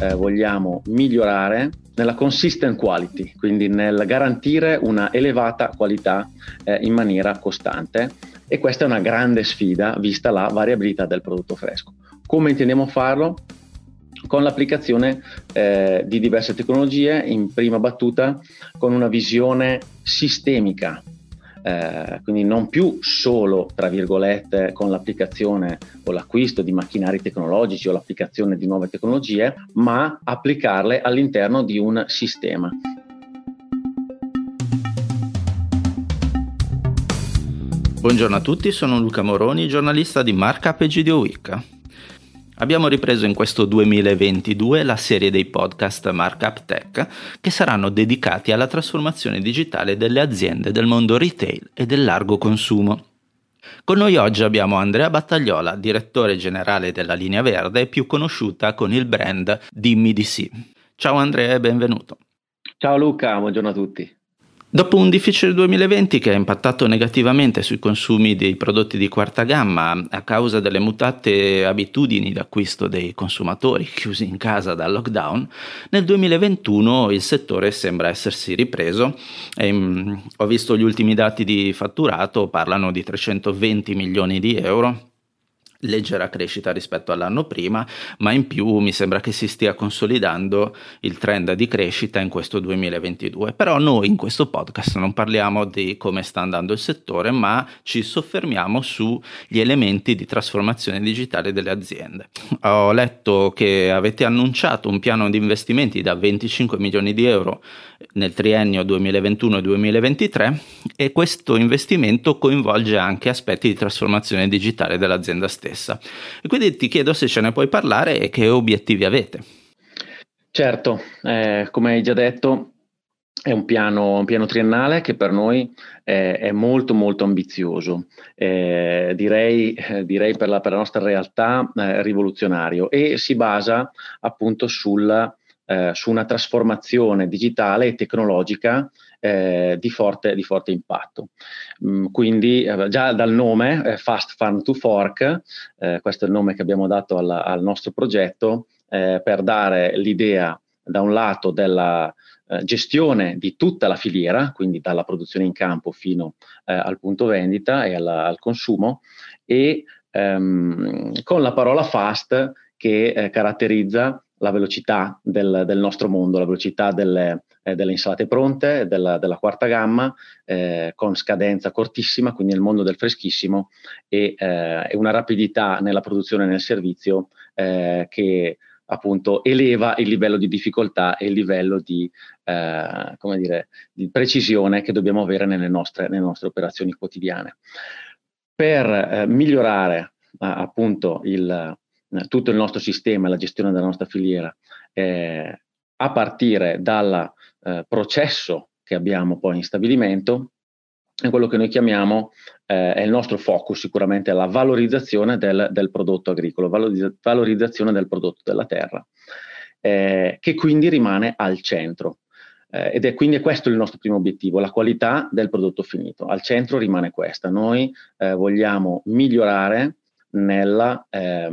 vogliamo migliorare nella consistent quality, quindi nel garantire una elevata qualità in maniera costante, e questa è una grande sfida vista la variabilità del prodotto fresco. Come intendiamo farlo? Con l'applicazione di diverse tecnologie, in prima battuta con una visione sistemica. Quindi non più solo, tra virgolette, con l'applicazione o l'acquisto di macchinari tecnologici o l'applicazione di nuove tecnologie, ma applicarle all'interno di un sistema. Buongiorno a tutti, sono Luca Moroni, giornalista di Markup e GDO Week. Abbiamo ripreso in questo 2022 la serie dei podcast Markup Tech, che saranno dedicati alla trasformazione digitale delle aziende del mondo retail e del largo consumo. Con noi oggi abbiamo Andrea Battagliola, direttore generale della Linea Verde, più conosciuta con il brand Dimmi di sì. Ciao Andrea e benvenuto. Ciao Luca, buongiorno a tutti. Dopo un difficile 2020 che ha impattato negativamente sui consumi dei prodotti di quarta gamma a causa delle mutate abitudini d'acquisto dei consumatori chiusi in casa dal lockdown, nel 2021 il settore sembra essersi ripreso e ho visto gli ultimi dati di fatturato, parlano di 320 milioni di euro. Leggera crescita rispetto all'anno prima, ma in più mi sembra che si stia consolidando il trend di crescita in questo 2022. Però noi in questo podcast non parliamo di come sta andando il settore, ma ci soffermiamo sugli elementi di trasformazione digitale delle aziende. Ho letto che avete annunciato un piano di investimenti da 25 milioni di euro nel triennio 2021-2023 e questo investimento coinvolge anche aspetti di trasformazione digitale dell'azienda stessa. E quindi ti chiedo se ce ne puoi parlare e che obiettivi avete. Certo, come hai già detto, è un piano triennale che per noi è molto molto ambizioso, direi per la nostra realtà rivoluzionario, e si basa appunto su una trasformazione digitale e tecnologica di forte impatto. Quindi già dal nome Fast Farm to Fork, questo è il nome che abbiamo dato al nostro progetto, per dare l'idea da un lato della gestione di tutta la filiera, quindi dalla produzione in campo fino al punto vendita e al consumo, e con la parola fast che caratterizza la velocità del nostro mondo, la velocità delle insalate pronte, della quarta gamma, con scadenza cortissima, quindi nel mondo del freschissimo, e una rapidità nella produzione e nel servizio che appunto eleva il livello di difficoltà e il livello di precisione che dobbiamo avere nelle nostre operazioni quotidiane. Per migliorare appunto tutto il nostro sistema, la gestione della nostra filiera, a partire dal processo che abbiamo poi in stabilimento, è quello che noi chiamiamo, è il nostro focus sicuramente, la valorizzazione del prodotto agricolo, valorizzazione del prodotto della terra, che quindi rimane al centro. Ed è quindi questo il nostro primo obiettivo, la qualità del prodotto finito. Al centro rimane questa. Noi vogliamo migliorare nella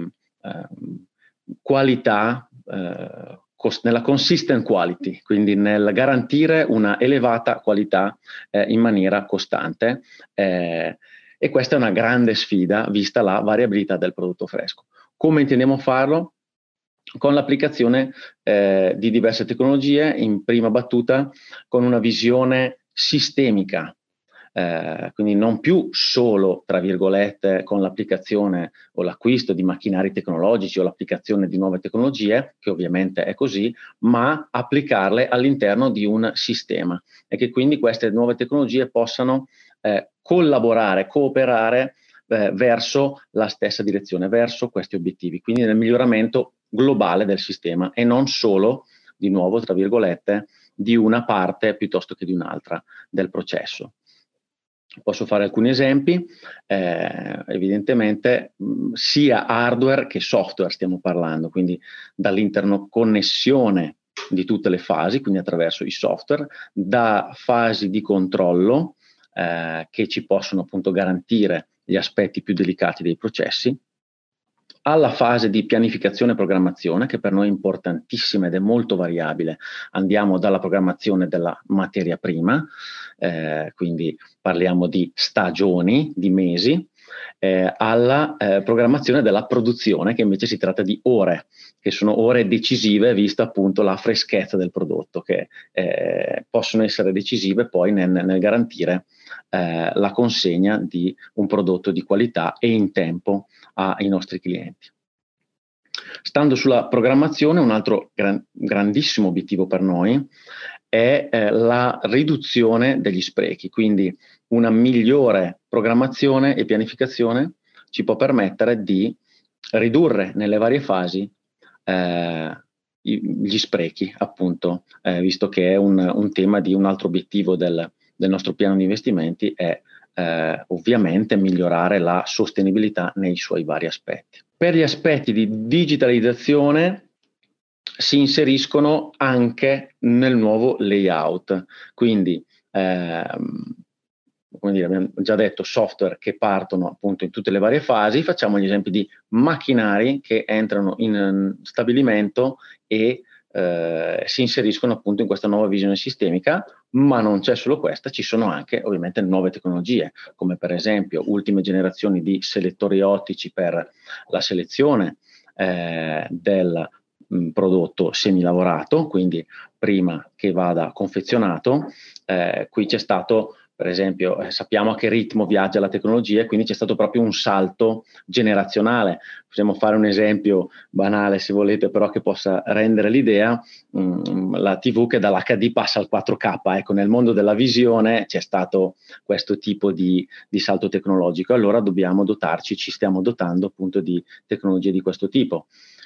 qualità, nella consistent quality, quindi nel garantire una elevata qualità in maniera costante, e questa è una grande sfida vista la variabilità del prodotto fresco. Come intendiamo farlo? Con l'applicazione di diverse tecnologie, in prima battuta con una visione sistemica. Quindi non più solo, tra virgolette, con l'applicazione o l'acquisto di macchinari tecnologici o l'applicazione di nuove tecnologie, che ovviamente è così, ma applicarle all'interno di un sistema, e che quindi queste nuove tecnologie possano collaborare, cooperare verso la stessa direzione, verso questi obiettivi, quindi nel miglioramento globale del sistema e non solo, di nuovo, tra virgolette, di una parte piuttosto che di un'altra del processo. Posso fare alcuni esempi, evidentemente sia hardware che software stiamo parlando, quindi dall'interconnessione di tutte le fasi, quindi attraverso i software, da fasi di controllo che ci possono appunto garantire gli aspetti più delicati dei processi, alla fase di pianificazione e programmazione, che per noi è importantissima ed è molto variabile. Andiamo dalla programmazione della materia prima, quindi parliamo di stagioni, di mesi, alla programmazione della produzione, che invece si tratta di ore, che sono ore decisive vista appunto la freschezza del prodotto, che possono essere decisive poi nel garantire la consegna di un prodotto di qualità e in tempo ai nostri clienti. Stando sulla programmazione, un altro grandissimo obiettivo per noi è la riduzione degli sprechi, quindi una migliore programmazione e pianificazione ci può permettere di ridurre nelle varie fasi gli sprechi, appunto, visto che è un tema di un altro obiettivo del nostro piano di investimenti è ovviamente migliorare la sostenibilità nei suoi vari aspetti. Per gli aspetti di digitalizzazione si inseriscono anche nel nuovo layout, quindi come dire, abbiamo già detto software che partono appunto in tutte le varie fasi, facciamo gli esempi di macchinari che entrano in stabilimento e si inseriscono appunto in questa nuova visione sistemica, ma non c'è solo questa, ci sono anche ovviamente nuove tecnologie, come per esempio ultime generazioni di selettori ottici per la selezione del prodotto semilavorato, quindi prima che vada confezionato. Qui c'è stato, per esempio, sappiamo a che ritmo viaggia la tecnologia e quindi c'è stato proprio un salto generazionale. Possiamo fare un esempio banale se volete, però che possa rendere l'idea. La TV che dall'HD passa al 4K, ecco, nel mondo della visione c'è stato questo tipo di salto tecnologico, allora dobbiamo dotarci, ci stiamo dotando appunto di tecnologie di questo tipo.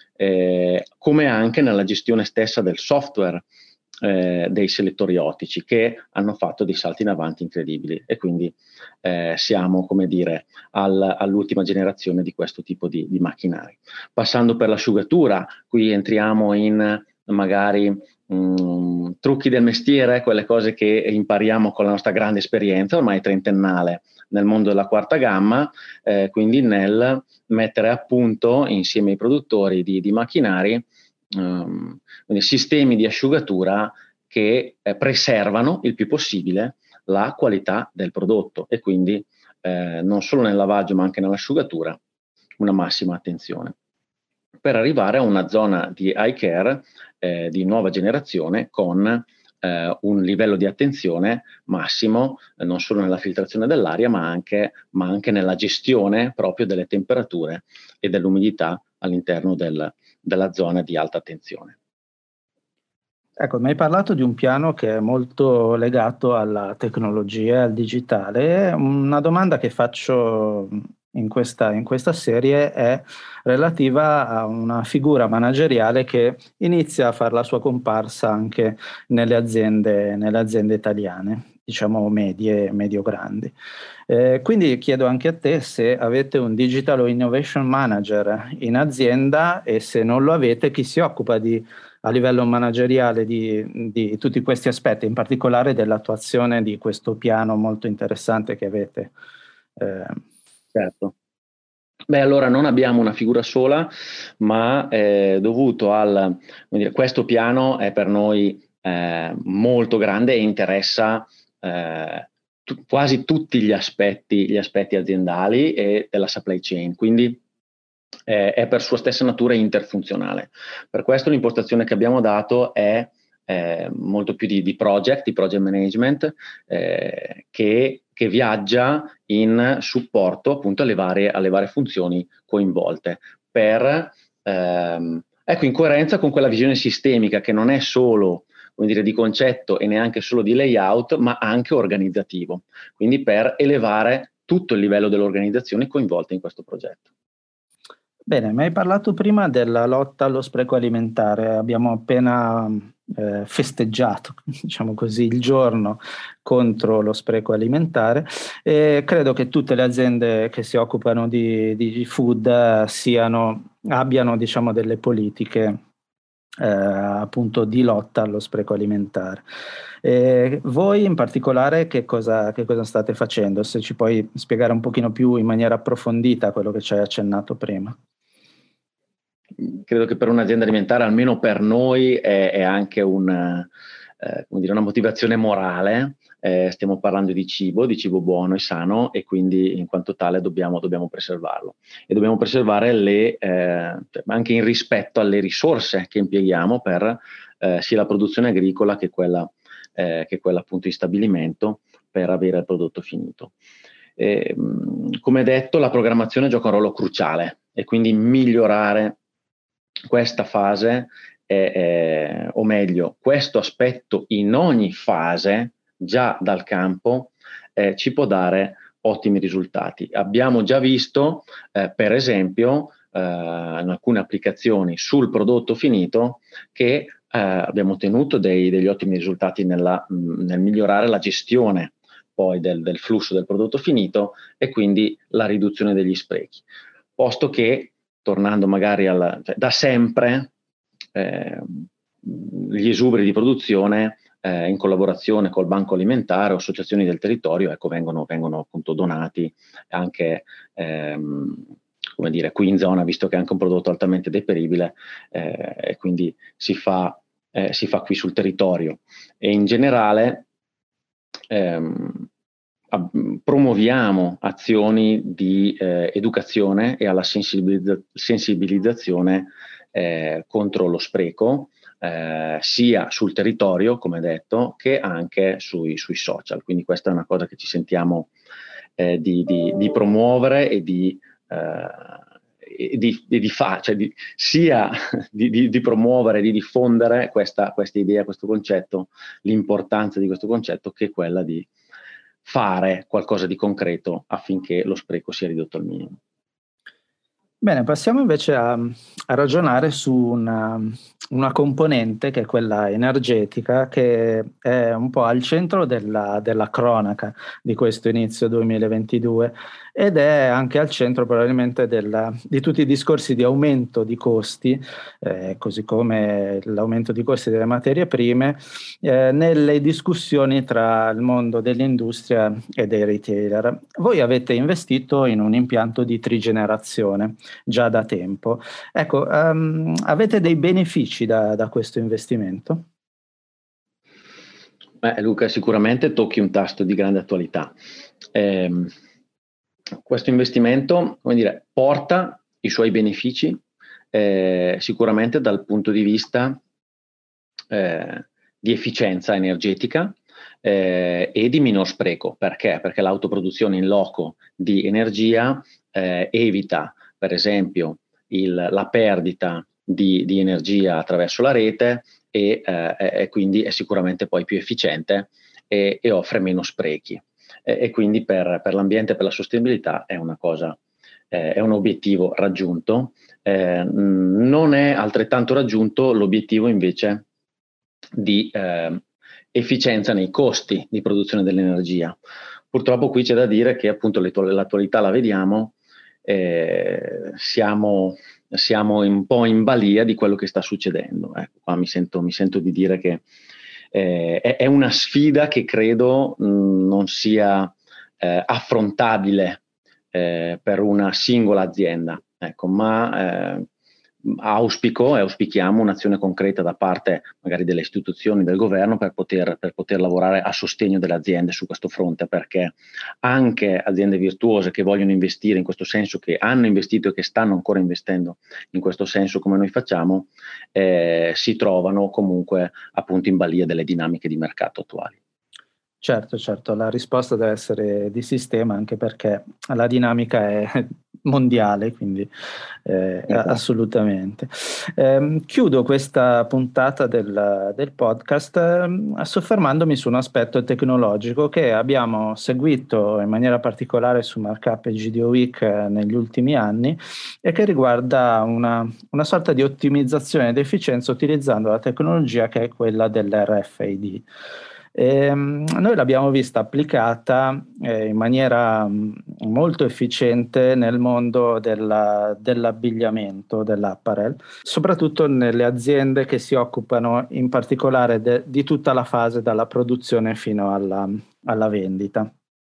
Come anche nella gestione stessa del software dei selettori ottici, che hanno fatto dei salti in avanti incredibili, e quindi siamo, come dire, all'ultima generazione di questo tipo di macchinari. Passando per l'asciugatura, qui entriamo in magari trucchi del mestiere, quelle cose che impariamo con la nostra grande esperienza ormai trentennale nel mondo della quarta gamma, quindi nel mettere a punto insieme ai produttori di macchinari sistemi di asciugatura che preservano il più possibile la qualità del prodotto, e quindi non solo nel lavaggio ma anche nell'asciugatura una massima attenzione, per arrivare a una zona di eye care di nuova generazione con un livello di attenzione massimo, non solo nella filtrazione dell'aria ma anche nella gestione proprio delle temperature e dell'umidità all'interno della zona di alta tensione. Ecco, mi hai parlato di un piano che è molto legato alla tecnologia e al digitale. Una domanda che faccio in questa serie è relativa a una figura manageriale che inizia a fare la sua comparsa anche nelle aziende italiane, diciamo medie, medio-grandi. Quindi chiedo anche a te se avete un Digital o Innovation Manager in azienda, e se non lo avete, chi si occupa a livello manageriale di tutti questi aspetti, in particolare dell'attuazione di questo piano molto interessante che avete. Certo. Beh, allora non abbiamo una figura sola, ma dovuto questo piano è per noi molto grande e interessa quasi tutti gli aspetti aziendali e della supply chain, quindi è per sua stessa natura interfunzionale. Per questo l'impostazione che abbiamo dato è molto più di project management, che viaggia in supporto appunto alle varie funzioni coinvolte, per in coerenza con quella visione sistemica che non è solo, come dire, di concetto e neanche solo di layout, ma anche organizzativo, quindi per elevare tutto il livello dell'organizzazione coinvolta in questo progetto. Bene, mi hai parlato prima della lotta allo spreco alimentare. Abbiamo appena festeggiato, diciamo così, il giorno contro lo spreco alimentare, e credo che tutte le aziende che si occupano di food abbiano, diciamo, delle politiche appunto di lotta allo spreco alimentare. Voi in particolare che cosa state facendo? Se ci puoi spiegare un pochino più in maniera approfondita quello che ci hai accennato prima. credo che per un'azienda alimentare, almeno per noi, è anche una motivazione morale. Stiamo parlando di cibo buono e sano, e quindi in quanto tale dobbiamo preservarlo, e dobbiamo preservare anche in rispetto alle risorse che impieghiamo per sia la produzione agricola che quella appunto di stabilimento, per avere il prodotto finito. Come detto, la programmazione gioca un ruolo cruciale, e quindi migliorare questa fase, o meglio, questo aspetto in ogni fase, già dal campo, ci può dare ottimi risultati. Abbiamo già visto, per esempio, in alcune applicazioni sul prodotto finito, che abbiamo ottenuto degli ottimi risultati nel migliorare la gestione poi del flusso del prodotto finito, e quindi la riduzione degli sprechi. Posto che, tornando magari da sempre, gli esuberi di produzione, in collaborazione col Banco Alimentare o associazioni del territorio, ecco, vengono appunto donati anche, come dire, qui in zona, visto che è anche un prodotto altamente deperibile, e quindi si fa qui sul territorio. E in generale promuoviamo azioni di educazione e alla sensibilizzazione contro lo spreco, sia sul territorio, come detto, che anche sui social. Quindi questa è una cosa che ci sentiamo di promuovere e sia di promuovere, di diffondere questa idea, questo concetto, l'importanza di questo concetto, che è quella di fare qualcosa di concreto affinché lo spreco sia ridotto al minimo. Bene, passiamo invece a ragionare su una componente, che è quella energetica, che è un po' al centro della cronaca di questo inizio 2022, ed è anche al centro probabilmente di tutti i discorsi di aumento di costi, così come l'aumento di costi delle materie prime, nelle discussioni tra il mondo dell'industria e dei retailer. Voi avete investito in un impianto di trigenerazione già da tempo. Ecco, avete dei benefici da questo investimento? Luca, sicuramente tocchi un tasto di grande attualità. Questo investimento, come dire, porta i suoi benefici, sicuramente dal punto di vista di efficienza energetica, e di minor spreco. Perché? Perché l'autoproduzione in loco di energia evita, per esempio, la perdita di energia attraverso la rete, e quindi è sicuramente poi più efficiente e offre meno sprechi. E quindi per l'ambiente e per la sostenibilità è una cosa, è un obiettivo raggiunto. Non è altrettanto raggiunto l'obiettivo invece di efficienza nei costi di produzione dell'energia. Purtroppo qui c'è da dire che appunto l'attualità la vediamo, siamo un po' in balia di quello che sta succedendo. Ecco, qua mi sento di dire che è una sfida che credo non sia affrontabile per una singola azienda, ecco, ma auspichiamo un'azione concreta da parte magari delle istituzioni del governo per poter lavorare a sostegno delle aziende su questo fronte, perché anche aziende virtuose che vogliono investire in questo senso, che hanno investito e che stanno ancora investendo in questo senso come noi facciamo, si trovano comunque appunto in balia delle dinamiche di mercato attuali. Certo, la risposta deve essere di sistema, anche perché la dinamica è mondiale, quindi assolutamente. Chiudo questa puntata del podcast soffermandomi su un aspetto tecnologico che abbiamo seguito in maniera particolare su Markup e GDO Week negli ultimi anni, e che riguarda una sorta di ottimizzazione ed efficienza utilizzando la tecnologia che è quella dell'RFID. Noi l'abbiamo vista applicata in maniera molto efficiente nel mondo dell'abbigliamento, dell'apparel, soprattutto nelle aziende che si occupano in particolare di tutta la fase dalla produzione fino alla vendita.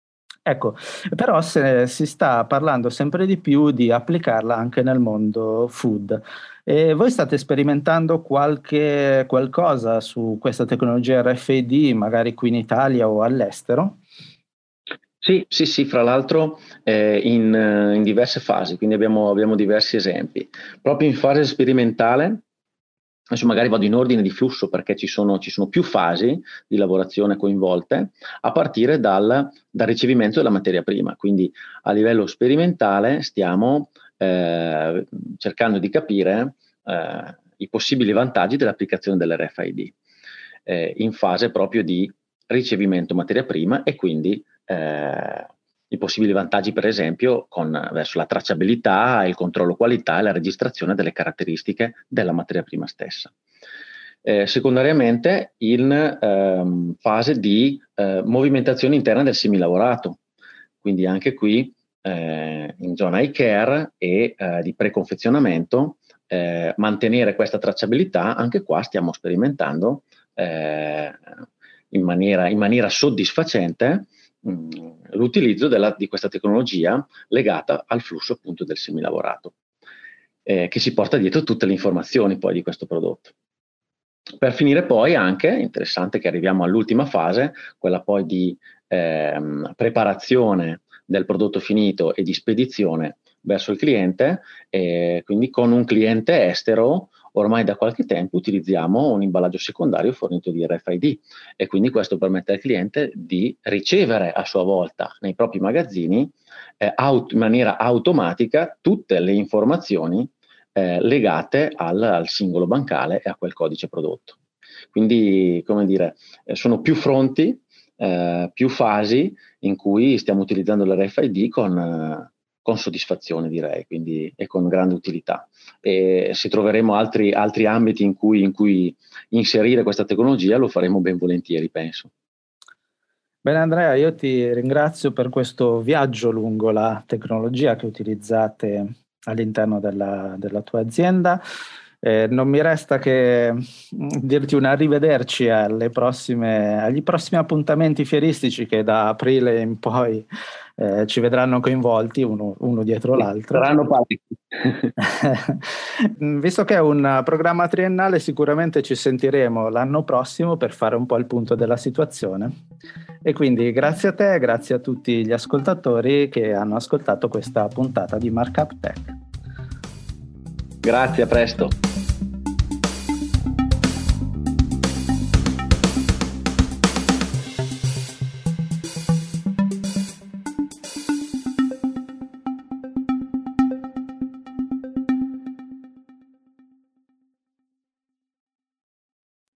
Ecco, però si sta parlando sempre di più di applicarla anche nel mondo food. E voi state sperimentando qualcosa su questa tecnologia RFID, magari qui in Italia o all'estero? Sì, fra l'altro in diverse fasi, quindi abbiamo diversi esempi. Proprio in fase sperimentale, adesso magari vado in ordine di flusso perché ci sono più fasi di lavorazione coinvolte, a partire dal ricevimento della materia prima. Quindi a livello sperimentale stiamo cercando di capire i possibili vantaggi dell'applicazione dell'RFID in fase proprio di ricevimento materia prima e quindi i possibili vantaggi, per esempio, verso la tracciabilità, il controllo qualità e la registrazione delle caratteristiche della materia prima stessa. Secondariamente in fase di movimentazione interna del semilavorato, quindi anche qui in zona eye care e di preconfezionamento mantenere questa tracciabilità. Anche qua stiamo sperimentando in maniera soddisfacente l'utilizzo di questa tecnologia legata al flusso appunto del semilavorato, che si porta dietro tutte le informazioni poi di questo prodotto. Per finire poi anche, interessante che arriviamo all'ultima fase, quella poi di preparazione del prodotto finito e di spedizione verso il cliente, quindi con un cliente estero ormai da qualche tempo utilizziamo un imballaggio secondario fornito di RFID e quindi questo permette al cliente di ricevere a sua volta nei propri magazzini in maniera automatica tutte le informazioni legate al singolo bancale e a quel codice prodotto. Quindi, come dire, sono più fronti, più fasi in cui stiamo utilizzando l'RFID con soddisfazione, direi, quindi, e con grande utilità. E se troveremo altri ambiti in cui inserire questa tecnologia, lo faremo ben volentieri, penso. Bene Andrea, io ti ringrazio per questo viaggio lungo la tecnologia che utilizzate all'interno della tua azienda. Non mi resta che dirti un arrivederci agli prossimi appuntamenti fieristici che da aprile in poi ci vedranno coinvolti uno dietro l'altro. Saranno parecchi. Visto che è un programma triennale, sicuramente ci sentiremo l'anno prossimo per fare un po' il punto della situazione. E quindi grazie a te, grazie a tutti gli ascoltatori che hanno ascoltato questa puntata di Markup Tech. Grazie, a presto.